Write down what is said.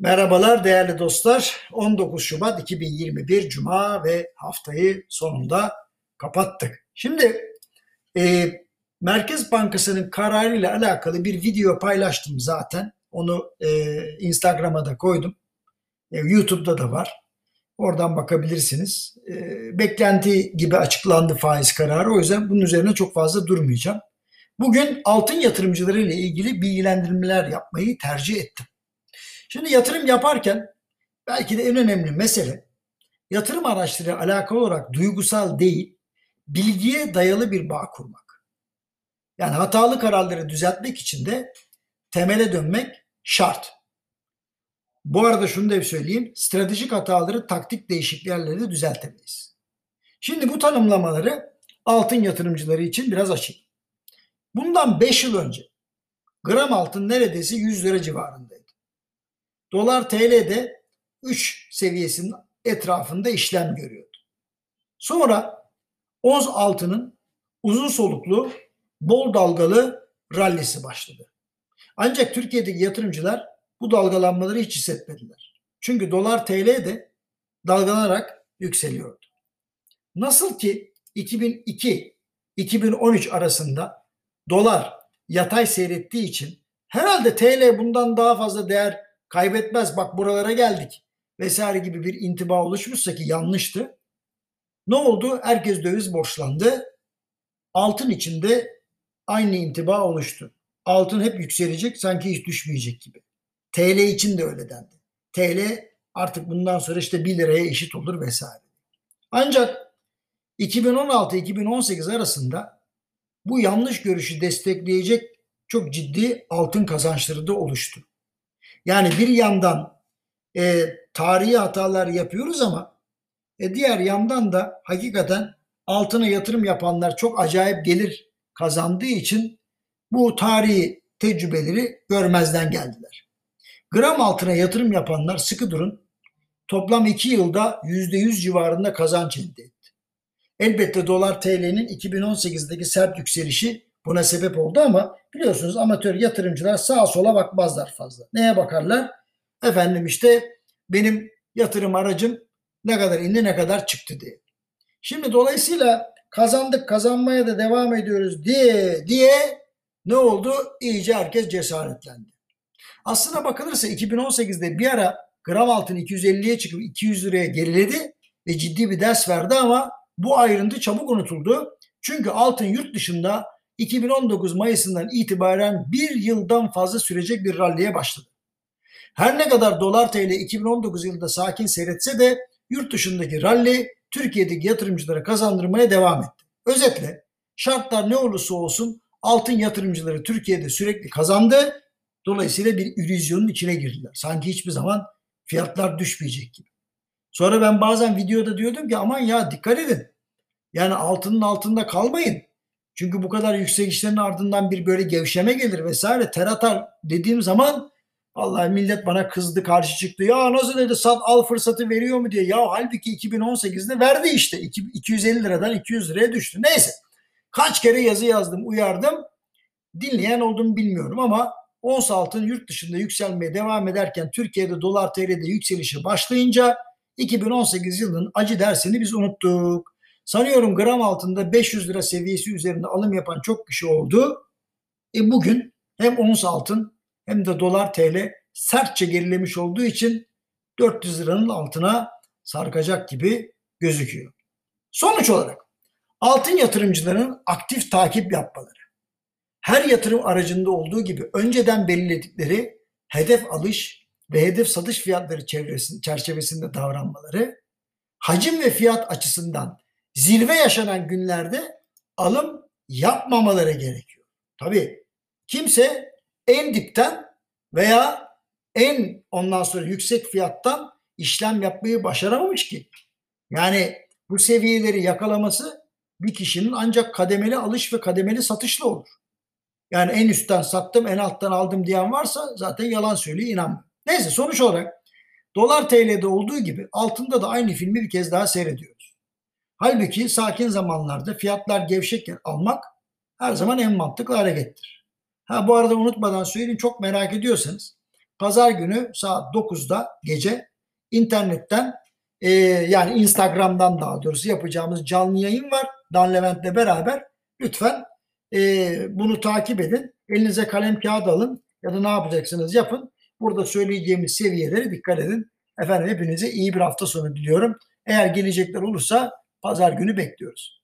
Merhabalar değerli dostlar. 19 Şubat 2021 Cuma ve haftayı sonunda kapattık. Şimdi e, Merkez Bankası'nın kararıyla alakalı bir video paylaştım zaten. Onu Instagram'a da koydum. YouTube'da da var. Oradan bakabilirsiniz. Beklenti gibi açıklandı faiz kararı. O yüzden bunun üzerine çok fazla durmayacağım. Bugün altın yatırımcıları ile ilgili bilgilendirmeler yapmayı tercih ettim. Şimdi yatırım yaparken belki de en önemli mesele yatırım araçları alakalı olarak duygusal değil, bilgiye dayalı bir bağ kurmak. Yani hatalı kararları düzeltmek için de temele dönmek şart. Bu arada şunu da söyleyeyim, stratejik hataları taktik değişikliklerle de düzeltemeyiz. Şimdi bu tanımlamaları altın yatırımcıları için biraz açayım. Bundan 5 yıl önce gram altın neredeyse 100 lira civarındaydı. Dolar TL'de 3 seviyesinin etrafında işlem görüyordu. Sonra ons altının uzun soluklu, bol dalgalı rallisi başladı. Ancak Türkiye'deki yatırımcılar bu dalgalanmaları hiç hissetmediler. Çünkü dolar TL de dalgalanarak yükseliyordu. Nasıl ki 2002-2013 arasında dolar yatay seyrettiği için herhalde TL bundan daha fazla değer kaybetmez, bak buralara geldik vesaire gibi bir intiba oluşmuşsa ki yanlıştı. Ne oldu? Herkes döviz borçlandı. Altın içinde aynı intiba oluştu. Altın hep yükselecek, sanki hiç düşmeyecek gibi. TL için de öyle dendi. TL artık bundan sonra işte 1 liraya eşit olur vesaire. Ancak 2016-2018 arasında bu yanlış görüşü destekleyecek çok ciddi altın kazançları da oluştu. Yani bir yandan tarihi hatalar yapıyoruz ama diğer yandan da hakikaten altına yatırım yapanlar çok acayip gelir kazandığı için bu tarihi tecrübeleri görmezden geldiler. Gram altına yatırım yapanlar sıkı durun, toplam 2 yılda %100 civarında kazanç elde etti. Elbette dolar TL'nin 2018'deki sert yükselişi buna sebep oldu ama biliyorsunuz amatör yatırımcılar sağa sola bakmazlar fazla. Neye bakarlar? Efendim işte benim yatırım aracım ne kadar indi ne kadar çıktı diye. Şimdi dolayısıyla kazandık, kazanmaya da devam ediyoruz diye ne oldu? İyice herkes cesaretlendi. Aslına bakılırsa 2018'de bir ara gram altın 250'ye çıkıp 200 liraya geriledi ve ciddi bir ders verdi ama bu ayrıntı çabuk unutuldu. Çünkü altın yurt dışında 2019 Mayıs'ından itibaren bir yıldan fazla sürecek bir ralliye başladı. Her ne kadar dolar TL 2019 yılında sakin seyretse de yurt dışındaki ralli Türkiye'deki yatırımcılara kazandırmaya devam etti. Özetle şartlar ne olursa olsun altın yatırımcıları Türkiye'de sürekli kazandı. Dolayısıyla bir illüzyonun içine girdiler. Sanki hiçbir zaman fiyatlar düşmeyecek gibi. Sonra ben bazen videoda diyordum ki aman ya dikkat edin. Yani altının altında kalmayın. Çünkü bu kadar yükselişlerin ardından bir böyle gevşeme gelir vesaire ter atar dediğim zaman vallahi millet bana kızdı, karşı çıktı. Ya nasıl dedi, sat al fırsatı veriyor mu diye. Ya halbuki 2018'de verdi işte. 250 liradan 200 liraya düştü. Neyse. Kaç kere yazı yazdım, uyardım. Dinleyen olduğumu bilmiyorum ama ons altın yurt dışında yükselmeye devam ederken Türkiye'de dolar TL'de yükselişe başlayınca 2018 yılının acı dersini biz unuttuk. Sanıyorum gram altında 500 lira seviyesi üzerinde alım yapan çok kişi oldu. Bugün hem ons altın hem de dolar TL sertçe gerilemiş olduğu için 400 liranın altına sarkacak gibi gözüküyor. Sonuç olarak altın yatırımcıların aktif takip yapmaları, her yatırım aracında olduğu gibi önceden belirledikleri hedef alış ve hedef satış fiyatları çerçevesinde davranmaları, hacim ve fiyat açısından zirve yaşanan günlerde alım yapmamaları gerekiyor. Tabii kimse en dipten veya en ondan sonra yüksek fiyattan işlem yapmayı başaramamış ki. Yani bu seviyeleri yakalaması bir kişinin ancak kademeli alış ve kademeli satışla olur. Yani en üstten sattım, en alttan aldım diyen varsa zaten yalan söylüyor, inanmıyor. Neyse sonuç olarak dolar TL'de olduğu gibi altında da aynı filmi bir kez daha seyrediyoruz. Halbuki sakin zamanlarda fiyatlar gevşekken almak her zaman en mantıklı harekettir. Bu arada unutmadan söyleyeyim, çok merak ediyorsanız pazar günü saat 9'da gece internetten yani Instagram'dan daha doğrusu yapacağımız canlı yayın var. Dan Levent'le beraber lütfen bunu takip edin. Elinize kalem kağıt alın ya da ne yapacaksınız yapın. Burada söyleyeceğimiz seviyelere dikkat edin. Efendim hepinize iyi bir hafta sonu diliyorum. Eğer gelecekler olursa pazar günü bekliyoruz.